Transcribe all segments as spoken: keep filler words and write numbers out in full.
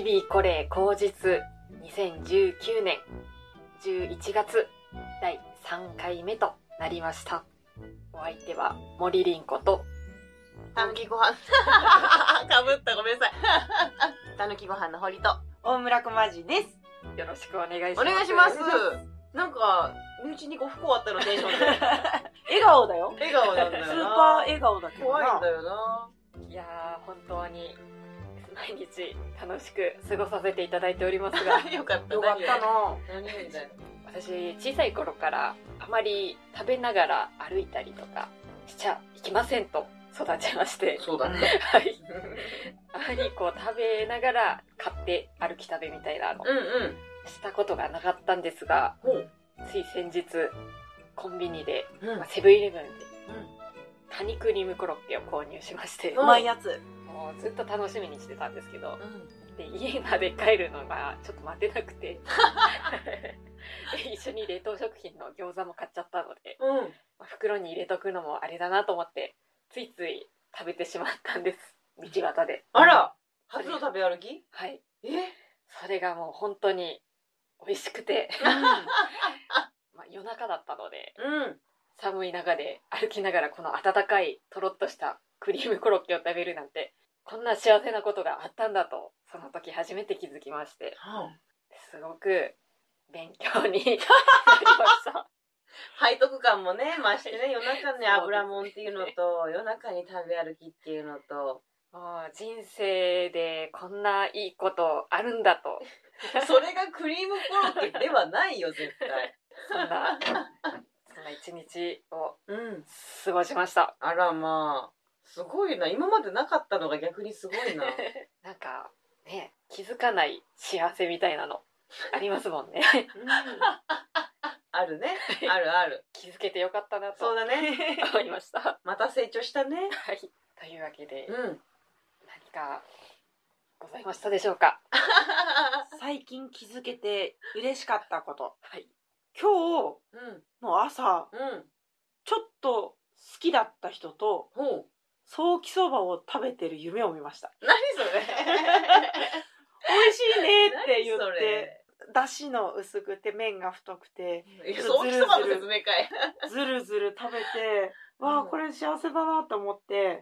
日々これ口実にせんじゅうきゅうねんじゅういちがつだいさんかいめとなりました。お相手は森凛子とたぬきご飯かぶったごめんなさいたぬきご飯の堀と大村こまじです。 よろしくお願いします。 お願いします。なんか身内にご不幸あったのテンションで笑顔だよ。 笑顔なんだよな。 スーパー笑顔だけどな。 怖いんだよな。 いやー本当に毎日楽しく過ごさせていただいておりますがよかったよかったの。 何言うんだよ。 私小さい頃からあまり食べながら歩いたりとかしちゃいけませんと育ちまして、 そうだね。 はい。あまりこう食べながら買って歩き食べみたいなのうんうんしたことがなかったんですが、 ほうつい先日コンビニで、 うんまあ、セブンイレブンで、カニクリームコロッケを購入しまして、 うまいやつ。 もうずっと楽しみにしてたんですけど、 うんで家まで帰るのがちょっと待てなくてで一緒に冷凍食品の餃子も買っちゃったので、 うんまあ袋に入れとくのもあれだなと思ってついつい食べてしまったんです、道端で。 あら初の食べ歩き。 はい。 えそれがもう本当に美味しくてまあ夜中だったのでうん寒い中で歩きながらこの温かいとろっとしたクリームコロッケを食べるなんてこんな幸せなことがあったんだとその時初めて気づきまして、すごく勉強になりました背徳感もね増してね、夜中に油もんっていうのと夜中に食べ歩きっていうのと、 もう人生でこんないいことあるんだとそれがクリームコロッケではないよ絶対。 そんなそんな一日をうん過ごしました。 あらまあすごいな。今までなかったのが逆にすごいな。 なんかね、気づかない幸せみたいなのありますもんね、 うん、あるね。あるある。 気づけてよかったなとそうだね。 思いましたまた成長したね。 はい、というわけで、 うん。 何かございましたでしょうか。 最近気づけて嬉しかったこと。 はい。 今日うんの朝、 うんちょっと好きだった人とほう。 ソーキそばを食べてる夢を見ました。 何それ。 美味しいねって言何そってれ、 だしの薄くて麺が太くていやソーキそばの説明会。 ずるずる食べて、わあこれ幸せだなと思って、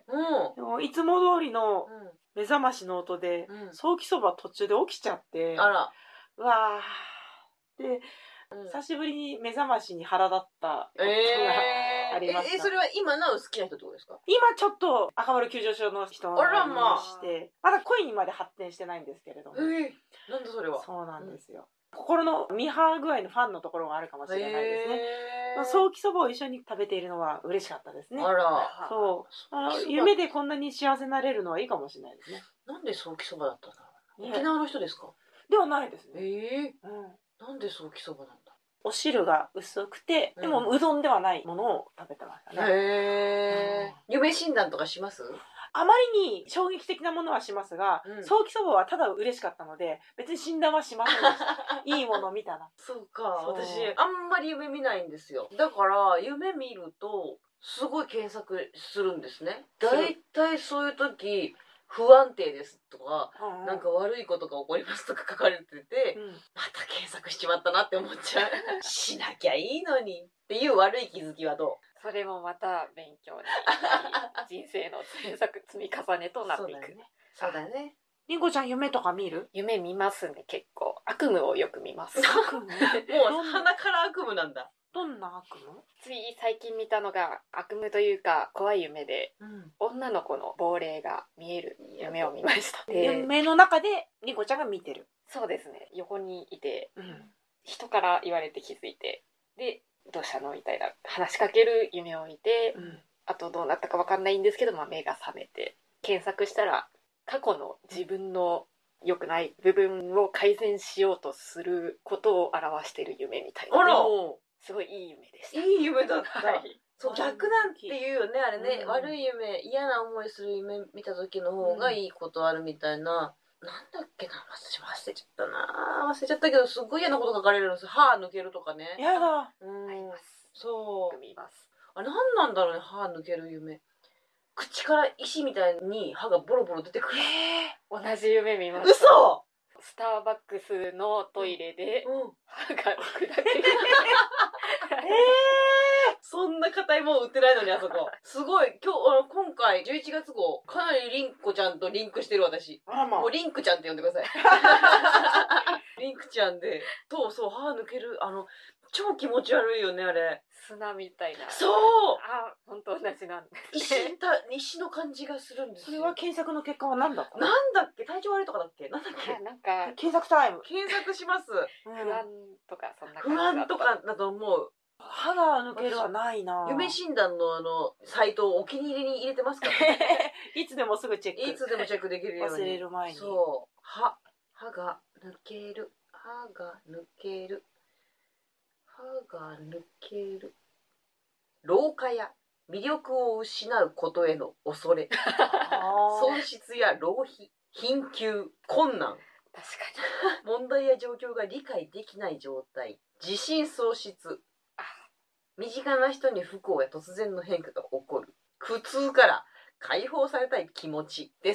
うんでもいつも通りの目覚ましの音で、 うんソーキそば途中で起きちゃって、 あら。 うわあで、 うん久しぶりに目覚ましに腹立ったことがえー、 ありました。 えそれは今なお好きな人ってことですか。 今ちょっと赤丸急上昇の人があらいまあまして、まだ恋にまで発展してないんですけれども、 えー、なんだそれは。 そうなんですよ、うん、心のミーハー具合のファンのところがあるかもしれないですね。 えー、 ソーキそばを一緒に食べているのは嬉しかったですね。 あら。 そうあの夢でこんなに幸せになれるのはいいかもしれないですね。 なんでソーキそばだったんだろう、 ね、 沖縄の人ですか。 ではないですね。 えー、 うん、 なんでソーキそばなんだ。 お汁が薄くて、でもうどんではないものを食べてましたね。 へえ、うん、夢診断とかします。 あまりに衝撃的なものはしますが、うん、ソーキそばはただ嬉しかったので別に診断はしませんでしたいいものを見たな。 そうか、私あんまり夢見ないんですよ。だから夢見るとすごい検索するんですね。だいたいそういう時不安定ですとか、うんうん、なんか悪いことが起こりますとか書かれてて、うん、また検索しちまったなって思っちゃうしなきゃいいのにっていう悪い気づきはどう。 それもまた勉強に人生の検索積み重ねとなっていく。 そうだね。 りんごちゃん夢とか見る？ 夢見ますね。結構悪夢をよく見ます。 悪夢もう鼻から悪夢なんだ。 どんな悪夢？ つい最近見たのが悪夢というか怖い夢で、うん、女の子の亡霊が見える夢を見ました。 夢の中でりんごちゃんが見てる。 そうですね。横にいて、 うん、 人から言われて気づいて、でどうしたのみたいな話しかける夢を見て、うん、あとどうなったか分かんないんですけど、まあ、目が覚めて検索したら過去の自分の良くない部分を改善しようとすることを表している夢みたいな。 あら、 すごいいい夢でした。 いい夢だった。はい、そう、逆なんていうよね、あれね、 うん、 悪い夢、嫌な思いする夢見た時の方がいいことあるみたいな、うん、なんだっけな、私忘れちゃったな、忘れちゃったけど、すごい嫌なこと書かれるんですよ。歯抜けるとかね。 やだ。 うん、あります。 そう。 見ます。 あ、なんなんだろうね、歯抜ける夢。口から石みたいに歯がボロボロ出てくる。 同じ夢見ました。 嘘。 スターバックスのトイレでうん。 歯が砕ける。 えそんな硬いもん売ってないのにあそこ。すごい。今日、あの、今回じゅういちがつ号、かなりリンコちゃんとリンクしてる私。 ー、あらまもうリンクちゃんって呼んでください。リンクちゃんで、そうそう、歯抜ける。あの、超気持ち悪いよね、あれ。 砂みたいな。 そうあ、本当同じなんです、 石た、石の感じがするんですよ。 それは検索の結果は何だったの？ なんだっけ、体調悪いとかだっけ、なんだっけ。 あ、なんか検索タイム。 検索します。 うん不安とかそんな感不じだった安とかだと思う。 歯が抜けるはないな。 夢診断のあの、サイトをお気に入りに入れてますから、 いつでもすぐチェック。 いつでもチェックできるように。 忘れる前に。 そう。歯、歯が抜ける。歯が抜ける。歯が抜ける。老化や魅力を失うことへの恐れ。 あー損失や浪費、貧窮、困難。 確か問題や状況が理解できない状態。自信喪失。身近な人に不幸や突然の変化が起こる。苦痛から解放されたい気持ちです。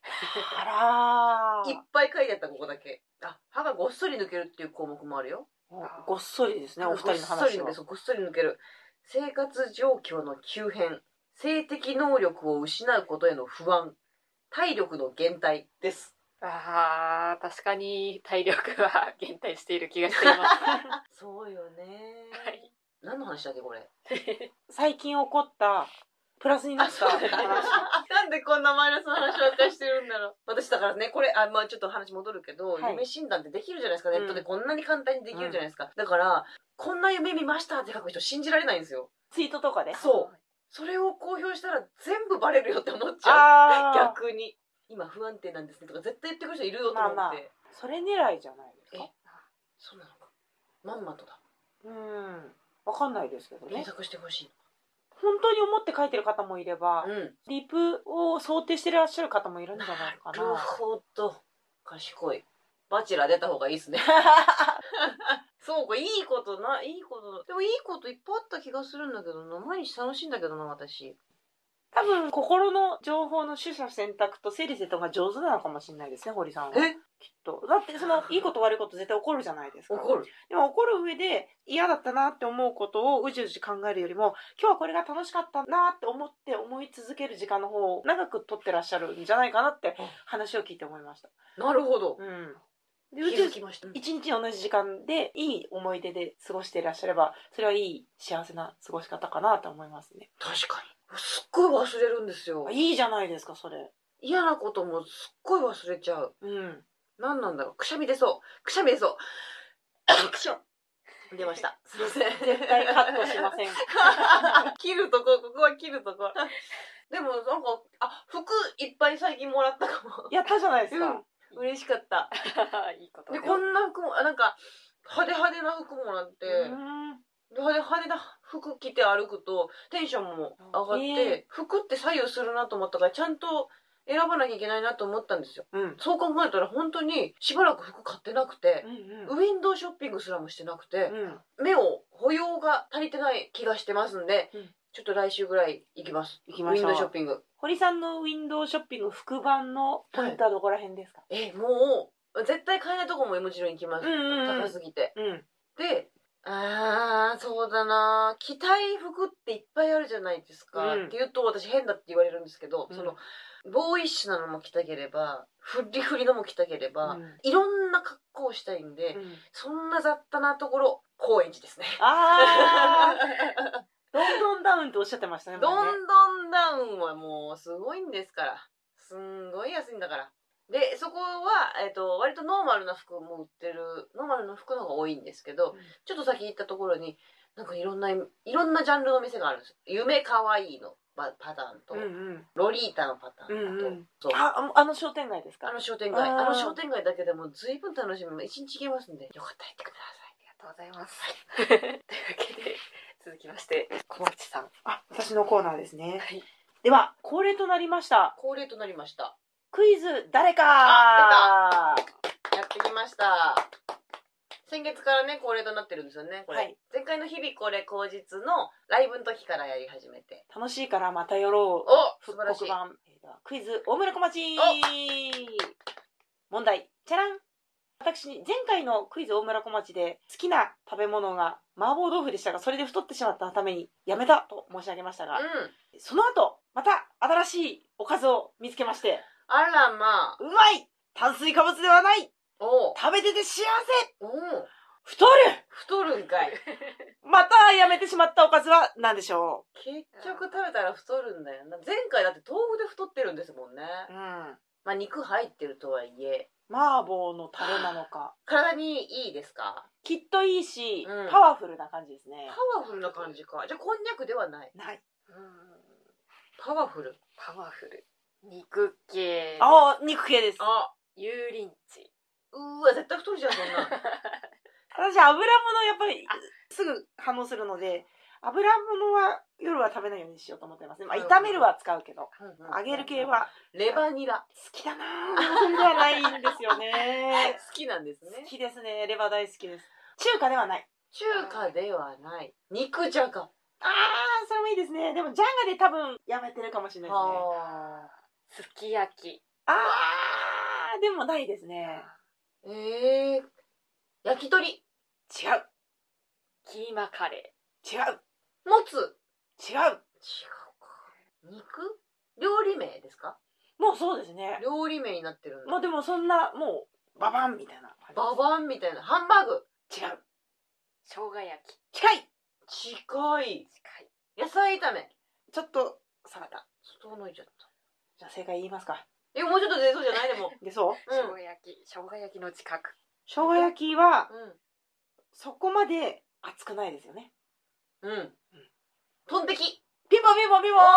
あらーいっぱい書いてあった、ここだけ。あ、歯がごっそり抜けるっていう項目もあるよ。 ごっそりですね、お二人のごっそり話は抜ける、。そうごっそり抜ける。生活状況の急変。性的能力を失うことへの不安。体力の減退です。 に。あー、確かに体力は減退している気がしていまそうよね。 す。はい。 何の話だっけ、これ。 最近起こったプラスになったあそうだ話。 なんでこんなマイナスの話ばっかりしてるんだろう。私だからね、これ、あ、まあちょっと話戻るけど、 はい夢診断ってできるじゃないですか、 うんネットでこんなに簡単にできるじゃないですか。だから、こんな夢見ましたって書く人信じられないんですよ。 ツイートとかで。 そう。それを公表したら全部バレるよって思っちゃう。 あー。 逆に。今不安定なんですねとか絶対言ってくる人いるよと思って。 まあまあそれ狙いじゃないですか。 え、そうなのか。まんまとだ。 うん。わかんないですけどね検。索してほしい。 本当に思って書いてる方もいれば、 うん。 リプを想定してらっしゃる方もいるんじゃないかなるな。 ほど。賢い。バチェラー出た方がいいですね。そうか、いいことな、いいこと。でもいいこといっぱいあった気がするんだけどな。毎日楽しいんだけどな、私。 多分心の情報の取捨選択と整理整頓が上手なのかもしれないですね、堀さんは。 え、 きっと。だってそのいいこと悪いこと絶対起こるじゃないですか。 怒る。 でも怒る上で嫌だったなって思うことをうじうじ考えるよりも、今日はこれが楽しかったなって思って思い続ける時間の方を長く取ってらっしゃるんじゃないかなって話を聞いて思いました。 なるほど。 うん。 気でうちづきました。 一日同じ時間でいい思い出で過ごしていらっしゃれば、それはいい幸せな過ごし方かなと思いますね。 確かに。すっごい忘れるんですよあ。いいじゃないですか、それ。 嫌なこともすっごい忘れちゃう。 うん。 何なんだろう。くしゃみ出そう。くしゃみ出そう。くしょ。出ました。すいません。 絶対カットしません。 切るとこ、ここは切るとこ。でもなんか、あ、服いっぱい最近もらったかも。 やったじゃないですか。 うん嬉しかった。 いいことで、 でこんな服も、あなんか、派手派手な服もらって、 うんで派手派手な服着て歩くと、テンションも上がって、 え服って左右するなと思ったから、ちゃんと選ばなきゃいけないなと思ったんですよ。 うん。 そう考えたら本当にしばらく服買ってなくて、 うんウィンドウショッピングすらもしてなくて、 うん。 目を保養が足りてない気がしてますんで、 うんちょっと来週ぐらい行きます。 行きましょうウィンドウショッピング。 堀さんのウィンドウショッピング副版のポイントはどこら辺ですか？ え、もう、絶対買えないとこももちろん行きます。 うんうんうん高すぎて。 うん。 で、あー、そうだな着たい服っていっぱいあるじゃないですか。 うんって言うと私変だって言われるんですけど、 うんその、ボーイッシュなのも着たければ、フリフリのも着たければ、 うんいろんな格好をしたいんで、 うんそんな雑多なところ、高円寺ですね。 あー。どんどんダウンっておっしゃってましたね。 ど前ねんどんダウンはもうすごいんですから。すんごい安いんだから。で、そこは、えっと、割とノーマルな服も売ってる、ノーマルな服の方が多いんですけど、 うんちょっと先行ったところに、なんかいろんな、いろんなジャンルの店があるんですよ。夢かわいいのパパターンと、 うんうん。 ロリータのパターンと、 うんうんそうあ、あのあの商店街ですか？ あの商店街、 あーあの商店街だけでも随分楽しみ、一日行けますんで、よかったら行ってくださありがとうございます。というわけで、続きまして、小町さん。 あ、私のコーナーですね。 はい。 では、恒例となりました。 い。恒例となりました。 クイズ誰かあやってきました。先月からね、恒例となってるんですよね、これ。 はい前回の日々これ口実のライブの時からやり始めて。 楽しいからまたやろう。 お素復晴らしい。 刻版。えーではクイズ大村小町問題。じゃらん。 私、前回のクイズ大村小町で好きな食べ物が麻婆豆腐でしたが、それで太ってしまったためにやめたと申し上げましたが、 うん。 その後、また新しいおかずを見つけまして、 あらまあ。 うまい炭水化物ではないおう。 食べてて幸せおう。 太る太るんかい。 またやめてしまったおかずは何でしょ結局食べたら太るんだよな。前回だって豆腐で太ってるんですもんね。 ううん。 まあ肉入ってるとはいえ。 麻婆のタレなのか。 体にいいですか？ きっといいし、 うんパワフルな感じですね。 パワフルな感じか。じゃあこんにゃくではない。 ない。 うんパワフル。 パワフル。肉系。 ああ、肉系です。 あ、 油淋鶏。 うーわ、絶対太るじゃん、そんなん。 私、油物やっぱりすぐ反応するので、油物は夜は食べないようにしようと思ってますね。まあ、炒めるは使うけど、揚げる系はレバニラ。 好きだなぁ。それではないんですよね。 好きなんですね好。きですね。レバ大好きです。中華ではない。 中華ではない。肉じゃが。 あー、それもいいですね。でも、ジャンガで多分やめてるかもしれないですね。 はすき焼き。 あー、でもないですね。 ー。えー。焼き鳥。 違う。 キーマカレ違う。 もつ。 違う。 違うか。肉料理名ですか？ もうそうですね。 料理名になってるんだ。 まあでもそんな、もう、ババンみたいな感じ。 ババンみたいな。ハンバーグ。 違う。 ー。生姜焼き。 近い。 近い。 近い。 野菜炒め。 ちょっと下がった。 遠のいちゃった。 じゃあ正解言いますか。 え、もうちょっと出そうじゃないでも。 で、そう生姜焼き。生姜焼きの近く。 生姜焼きは、 うそこまで熱くないですよね。 ん。うん。トンテキ。 ピンポンピンポンピンポン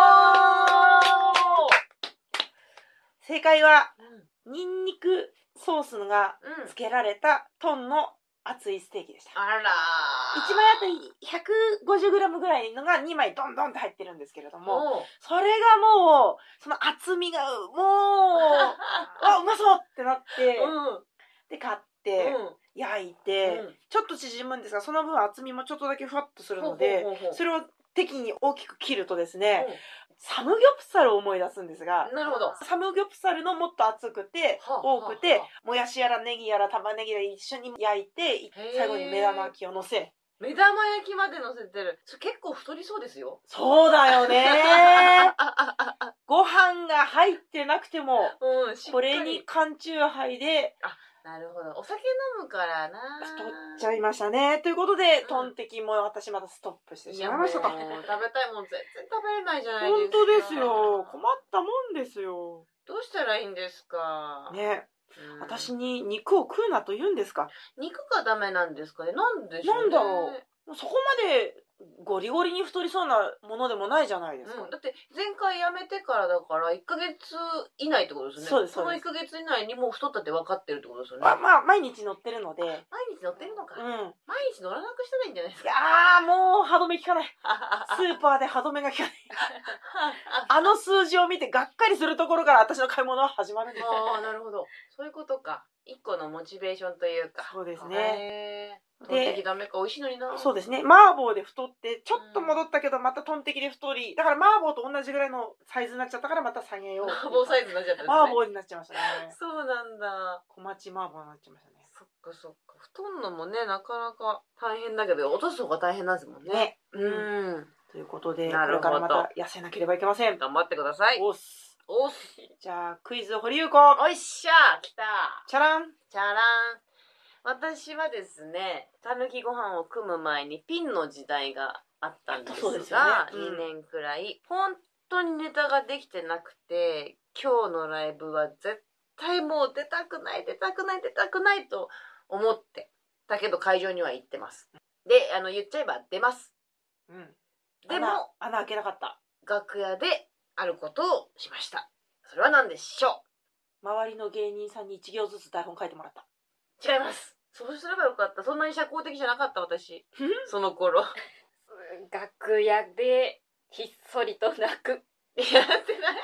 正解は、ニンニクソースがうん。 つけられたトンの厚いステーキでした。 あらー。 いちまいあたりひゃくごじゅうグラムぐらいのがにまいドンドンって入ってるんですけれども、 もう。 それがもう、その厚みが、もう、あ、うまそうってなって、 うん。 で、買って、 うん。 焼いて、 うんちょっと縮むんですが、その分厚みもちょっとだけふわっとするので、 ほうほうほうほうそれを適宜大きく切るとですね、 うんサムギョプサルを思い出すんですが、 なるほど。 サムギョプサルのもっと厚くて、 はあ多くてはあは、 もやしやらネギやら玉ねぎやら一緒に焼いて、 へー最後に目玉焼きを乗せ。 目玉焼きまで乗せてる。それ結構太りそうですよ。 そうだよねああああご飯が入ってなくても、 うん、しっかこり。 れに缶チューハイでなるほど。お酒飲むからな。 太っちゃいましたね。ということで、 うんトンテキも私またストップしていやもうしまいましたと。 食べたいもん全然食べれないじゃないですか。 本当ですよ。困ったもんですよ。 どうしたらいいんですか。 ね、 うん私に肉を食うなと言うんですか。 肉がダメなんですかね。なんでしょうね。 なんだろう。そこまでゴリゴリに太りそうなものでもないじゃないですか。 うん、だって前回辞めてからだからいっかげつ以内ってことですよね。 そうですその1 そうですヶ月以内にもう太ったって分かってるってことですよね。 あまあ、毎日乗ってるので。 毎日乗ってるのか。 うん。 毎日乗らなくしたらいいんじゃないですいやか。 ー、もう歯止め効かない。スーパーで歯止めが効かない。あの数字を見てがっかりするところから私の買い物は始まるんです。 ああ、なるほど。そういうことか。一個のモチベーションというか。 そうですね。 へー。トンテキダメか、美味しいのにな。 そうですね。麻婆で太って、ちょっと戻ったけど、またトンテキで太り、だから麻婆と同じぐらいのサイズになっちゃったから、また下げよう。 麻婆サイズになっちゃったんですね。 麻婆になっちゃいましたね。 そうなんだ。 小町麻婆になっちゃいましたね。 そっかそっか。太んのもね、なかなか大変だけど、落とす方が大変なんですもんね。 ね。 うん。 ということで、こなるほどれからまた痩せなければいけません。 頑張ってください。 おっす。 おっす。 じゃあ、クイズ、堀優子。 おいっしゃー来たチャラン。 チャラン。私はですね、たぬきご飯を組む前にピンの時代があったんですそうですよが、 ねうんにねんくらい、本当にネタができてなくて、今日のライブは絶対もう出たくない、出たくない、出たくないと思って、だけど会場には行ってます。で、あの、言っちゃえば出ます。 うん。 でも、 穴、穴開けなかった。 楽屋であることをしました。それは何でしょ周りの芸人さんに一行ずつ台本書いてもらった。 う。違います。そうすればよかった。そんなに社交的じゃなかった私。その頃。 楽屋でひっそりと泣く。 やってない。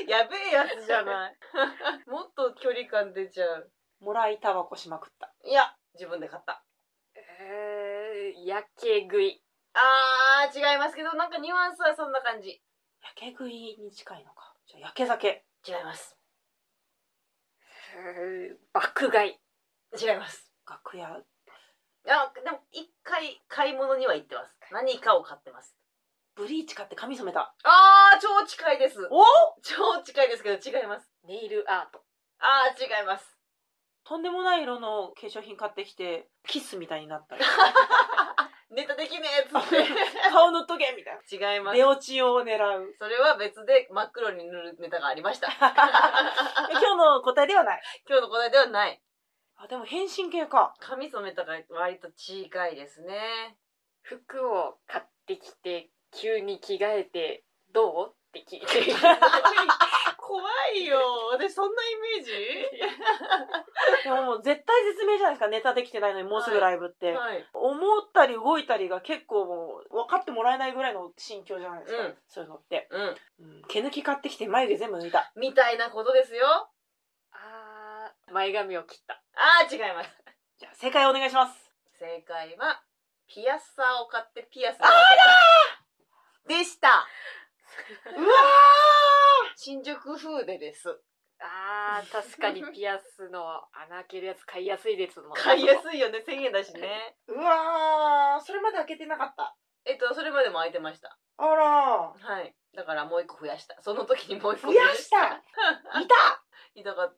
やべえやつじゃない。もっと距離感出ちゃう。 もらいタバコしまくった。 いや、自分で買った。 えー、やけ食い。 あー、違いますけど、なんかニュアンスはそんな感じ。 やけ食いに近いのか。じゃあ、やけ酒。 違います。 えー爆買い。 違います。 楽屋。 いやでも一回買い物には行ってます。何かを買ってます。 ブリーチ買って髪染めた。 あー超近いです。 お超近いですけど違います。 ネイルアート。 あー違います。 とんでもない色の化粧品買ってきてキスみたいになったりネタできねえっつって顔塗っとけみたいな。 違います出落ちを狙う。 それは別で真っ黒に塗るネタがありました今日の答えではない。 今日の答えではない。 あ、でも変身系か。 髪染めたが割と近いですね。 服を買ってきて急に着替えてどうって聞いて怖いよ。私そんなイメージでももう絶対絶命じゃないですか。ネタできてないのにもうすぐライブって、 はい、 思ったり動いたりが結構もう分かってもらえないぐらいの心境じゃないですか、 うん、 そういうのって、 うんうん、毛抜き買ってきて眉毛全部抜いたみたいなことですよ。 あー前髪を切った。 あー違います。 じゃあ正解お願いします。 正解はピアッサーを買ってピアスあらーでした。 うわ新宿風でです。 あー確かにピアスの穴開けるやつ買いやすいですもん。 買いやすいよね。せんえんだしね。 ーうわーそれまで開けてなかった。 えっとそれまでも開いてました。 あらはい。だからもう一個増やした。その時にもう一個増やしたいた痛かった。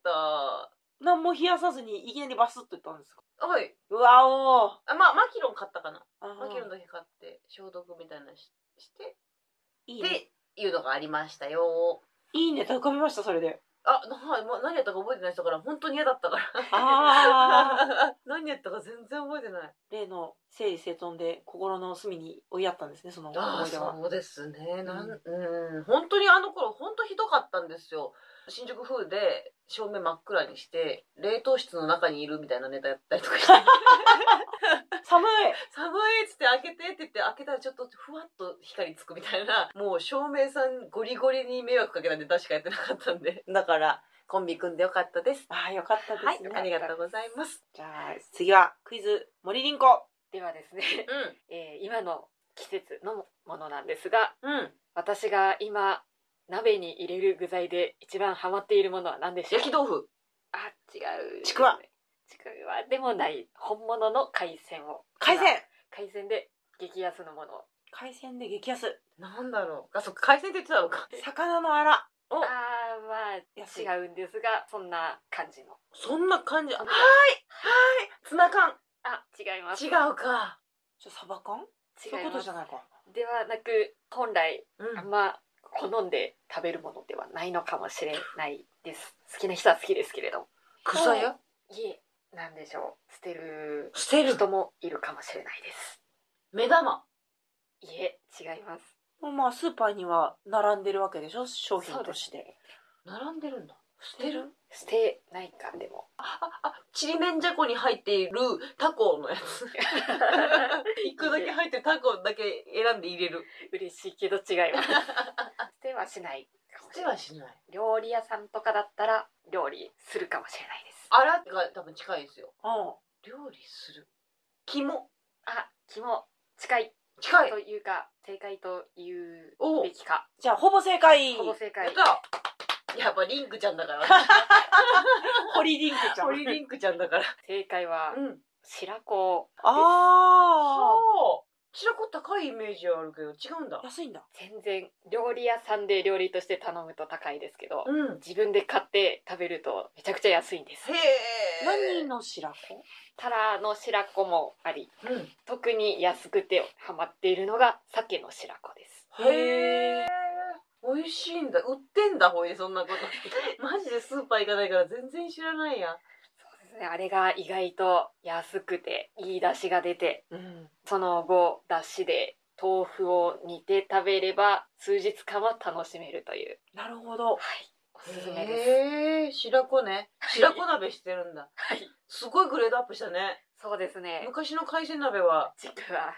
何も冷やさずにいきなりバスッといったんですか。 はい。 うわおーあ、まあマキロン買ったかな。 あマキロンだけ買って消毒みたいなししていいね。 っていうのがありましたよ。 いいネタ浮かびました。それであ、な、まあ、何やったか覚えてない人から本当に嫌だったからあ何やったか全然覚えてない。 例の整理整頓で心の隅に追いやったんですね、その思ああい出は。 そうですね。なん、 ううん、本当にあの頃本当ひどかったんですよ。新宿風で照明真っ暗にして冷凍室の中にいるみたいなネタやったりとかして寒い寒いっつって開けてって言って開けたらちょっとふわっと光つくみたいな、もう照明さんゴリゴリに迷惑かけたネタしかやってなかったんで、だからコンビ組んでよかったです。 ああ、よかったですね。 はい、ありがとうございます。 じゃあ、次はクイズ、森凛子。 ではですね、 うんえー今の季節のものなんですが、 うん私が今鍋に入れる具材で一番ハマっているものは何でしょう。 焼き豆腐。 あ、違う、 ちくわ。 ちくわでもない、本物の海鮮を。 海鮮海鮮で激安のものを。 海鮮で激安。 なんだろう。あ、そっか、海鮮って言ってたのか。 魚のあら。 お、 あーまあ安い違うんですが、そんな感じの。 そんな感じ。ははいい、 ツナ缶。 あ、違います。 違うか。 ちょ、サバ缶違そういういます。 ことじゃないか。 ではなく、本来うんあんま好んで食べるものではないのかもしれないです。好きな人は好きですけれども。 草屋。 いえ、なんでしょう。捨てる捨てる。 人もいるかもしれないです。 目玉。 いえ、違います。 もうまあ、スーパーには並んでるわけでしょ、商品として。 並んでるんだ。捨てる。 捨てないか、でも。 あ、ちりめんじゃこに入っているタコのやつ。一個だけ入ってタコだけ選んで入れる。 嬉しいけど違います。捨てはしないかもし捨てれない。 はしない。 料理屋さんとかだったら料理するかもしれないです。 あらが多分近いですよ。 うん。 料理する。肝。 あ、肝近い近い。 というか正解と言うおべきか。 じゃあ、ほぼ正解。 ほぼ正解。 やったやっぱリンクちゃんだから。 ホリリンクちゃん。 ホリリンクちゃんだから。 正解はうん。 白子。 あそう。白子高いイメージあるけど違うんだあ。。安いんだ。 全然料理屋さんで料理として頼むと高いですけど、 うん。 自分で買って食べるとめちゃくちゃ安いんです。 へえ。 何の白子？ タラの白子もあり、 うん。 特に安くてハマっているのが鮭の白子です。 へえ。美味しいんだ。売ってんだ、ほいで、そんなこと。マジでスーパー行かないから全然知らないや。 そうですね、あれが意外と安くていい出汁が出て、 うん。 その後出汁で豆腐を煮て食べれば数日間は楽しめるという、 なるほど。 はい、おすすめです。 へえ、白子ね。白子鍋してるんだ。 はい、 すごいグレードアップしたね。 そうですね。 昔の海鮮鍋は。 ちくわ。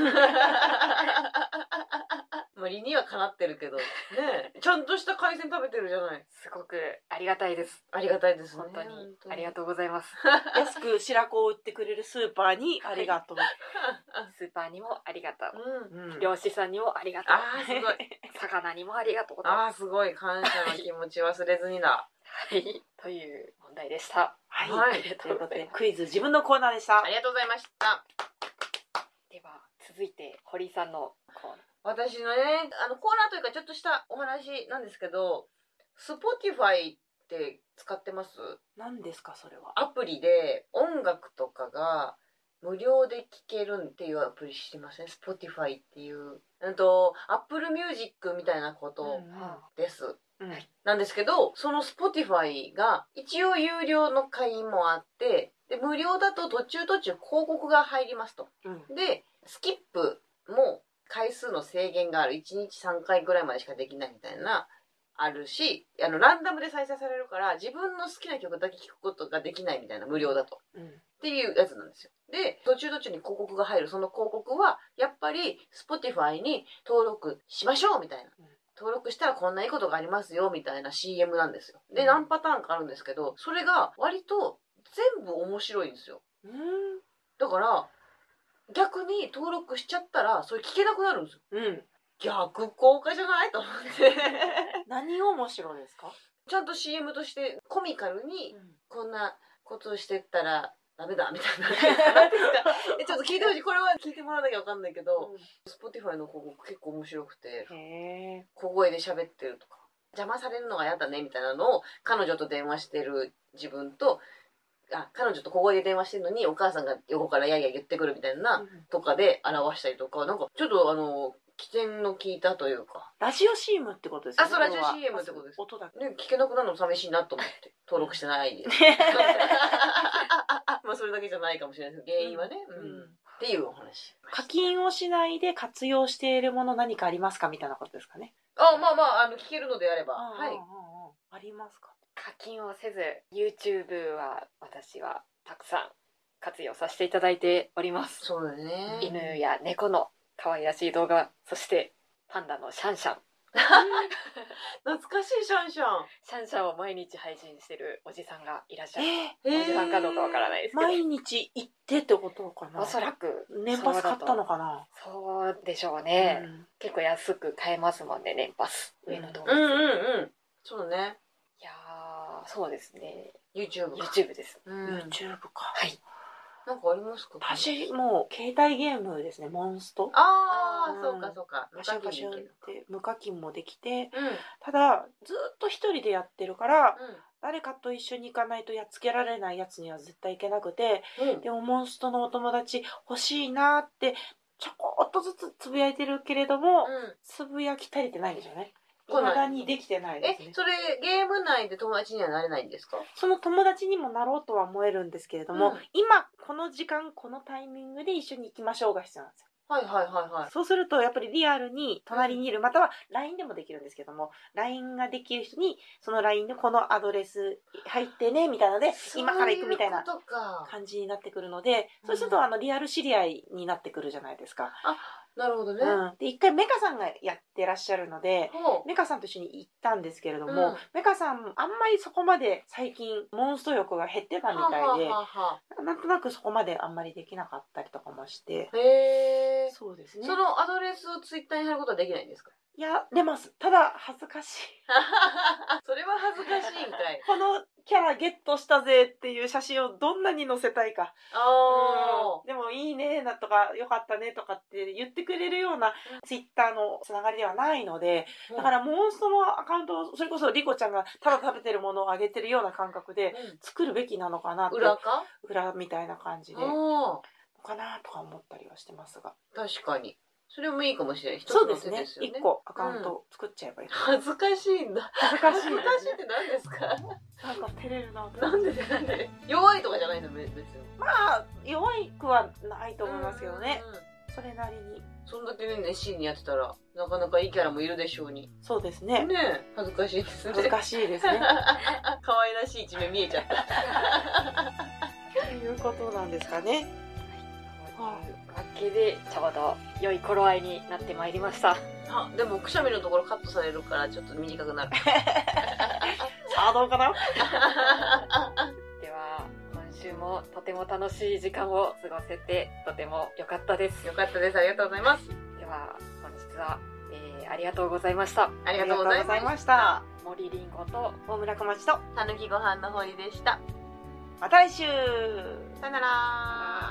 まあ理にはかなってるけど。ねえ。ちゃんとした海鮮食べてるじゃない。 すごくありがたいです。 ありがたいですね。 本当にありがとうございます。 安く白子を売ってくれるスーパーにありがとう。 スーパーにもありがとう。 うん。 うん。 漁師さんにもありがとう。 あーすごい。 魚にもありがとうございまあーすごい。感謝の気持ち忘れずにだ。 す。はい、という問題でした。 はい、 はいということでクイズ自分のコーナーでしたあ。りがとうございました。 では続いて堀井さんのコーナー。 私のね、あのコーナーというかちょっとしたお話なんですけど、Spotify って使ってます？ 何ですかそれは。 アプリで音楽とかが無料で聴けるっていうアプリ知ってません？ Spotify っていう、うんと Apple Music みたいなことです、 うんうん、 なんですけど、その Spotify が一応有料の会員もあって、で無料だと途中途中広告が入りますと、うん、でスキップも回数の制限がある、いちにちさんかいぐらいまでしかできないみたいなあるし、あのランダムで再生されるから自分の好きな曲だけ聴くことができないみたいな、無料だと、うん、っていうやつなんですよ。で途中途中に広告が入る、その広告はやっぱり Spotify に登録しましょうみたいな、うん、登録したらこんないいことがありますよみたいな シーエム なんですよ。で、うん、何パターンかあるんですけど、それが割と全部面白いんですよ。うん、だから逆に登録しちゃったらそれ聞けなくなるんですよ。うん、逆効果じゃないと思って何が面白いですか？ ちゃんと シーエム としてコミカルに、うん、こんなことをしてったらダメだみたいなえちょっと聞いてほしい。これは聞いてもらわなきゃ分かんないけど、うん、Spotify の広告結構面白くて、へ小声で喋ってるとか、邪魔されるのが嫌だねみたいなのを彼女と電話してる自分と、あ彼女と小声で電話してるのにお母さんが横からやいや言ってくるみたいな、うん、とかで表したりとか、なんかちょっとあの起点の効いたというか、 ラジオ シーエム ってことですね。 あ、そう、ラジオ シーエム ってことです。 音だけね、聞けなくなるの寂しいなと思って登録してないですまあそれだけじゃないかもしれないですけど、原因はね、うんうん、っていうお話。 課金をしないで活用しているもの何かありますかみたいなことですかね。 あ、まあまあ、あの聞けるのであれば、 あはい。 あ、ありますか。 課金をせず YouTube は私はたくさん活用させていただいております。 そうだね。 犬や猫の可愛らしい動画、そしてパンダのシャンシャン懐かしいシャンシャンシャンシャンを毎日配信してるおじさんがいらっしゃる、えー、おじさんかどうかわからないですけど、 毎日行ってってことかな。 おそらく年パス買ったのかな。 そうでしょうね、うん、結構安く買えますもんね、年パス、上野動物園、 うんうんうん、そうね。 いやー、そうですね、 YouTube か YouTube です、 うん、YouTube か。 はい。 なんかありますか？ 私もう携帯ゲームですね、モンスト。 ああ、うん、そうかそうか。 無課金って無課金もできて、 うん、 ただずっと一人でやってるから、うん、誰かと一緒に行かないとやっつけられないやつには絶対行けなくて、うん、でもモンストのお友達欲しいなってちょこっとずつつぶやいてるけれども、うん、つぶやき足りてないんですよね。未だにできてないですね。 え、それゲーム内で友達にはなれないんですか？ その友達にもなろうとは思えるんですけれども、うん、今この時間このタイミングで一緒に行きましょうが必要なんですよ。 はいはいはいはい。 そうするとやっぱりリアルに隣にいる、または ライン でもできるんですけども、 ライン ができる人にその ライン でこのアドレス入ってねみたいなので今から行くみたいな感じになってくるので、そうするとあのリアル知り合いになってくるじゃないですか。 あ、なるほどね、 うん、で一回メカさんがやってらっしゃるので、メカさんと一緒に行ったんですけれども、うん、メカさんあんまりそこまで最近モンスト欲が減ってたみたいで、ははははなんとなくそこまであんまりできなかったりとかもして。 へー、 そうですね。 そのアドレスをツイッターに貼ることはできないんですか？ いや、出ます。ただ恥ずかしいそれは恥ずかしいんかい。 このキャラゲットしたぜっていう写真をどんなに載せたいか。あ、うん、でもいいねなとかよかったねとかって言ってくれるようなツイッターのつながりではないので、だからモンストのアカウントをそれこそリコちゃんがただ食べてるものをあげてるような感覚で作るべきなのかなって、 裏か裏みたいな感じでのかなとか思ったりはしてますが。 確かにそれもいいかもしれない。一つそうのですね。 手ですよね。 一個アカウント作っちゃえばいい。 恥ずかしいんだ。 恥ずかしい。 恥ずかしいって何ですか？ なんか照れるな。 なんでなんで？弱いとかじゃないの別に。 まあ弱いくはないと思いますけどね。それなりに。 そんだけね熱心にやってたらなかなかいいキャラもいるでしょうに。 そうですね。 ねえ恥ずかしいですね。 恥ずかしいですね。 可愛らしい一面見えちゃった。 ということなんですかね。 はい。わけでちょうど良い頃合いになってまいりました。 あ、でもくしゃみのところカットされるからちょっと短くなる。 さあどうかな。 では今週もとても楽しい時間を過ごせてとても良かったです。 良かったです。ありがとうございます。 では本日は、えー、ありがとうございました。 ありがとうございました。 森りんごと大村小町とたぬきご飯の堀でした。 また来週。 さよなら。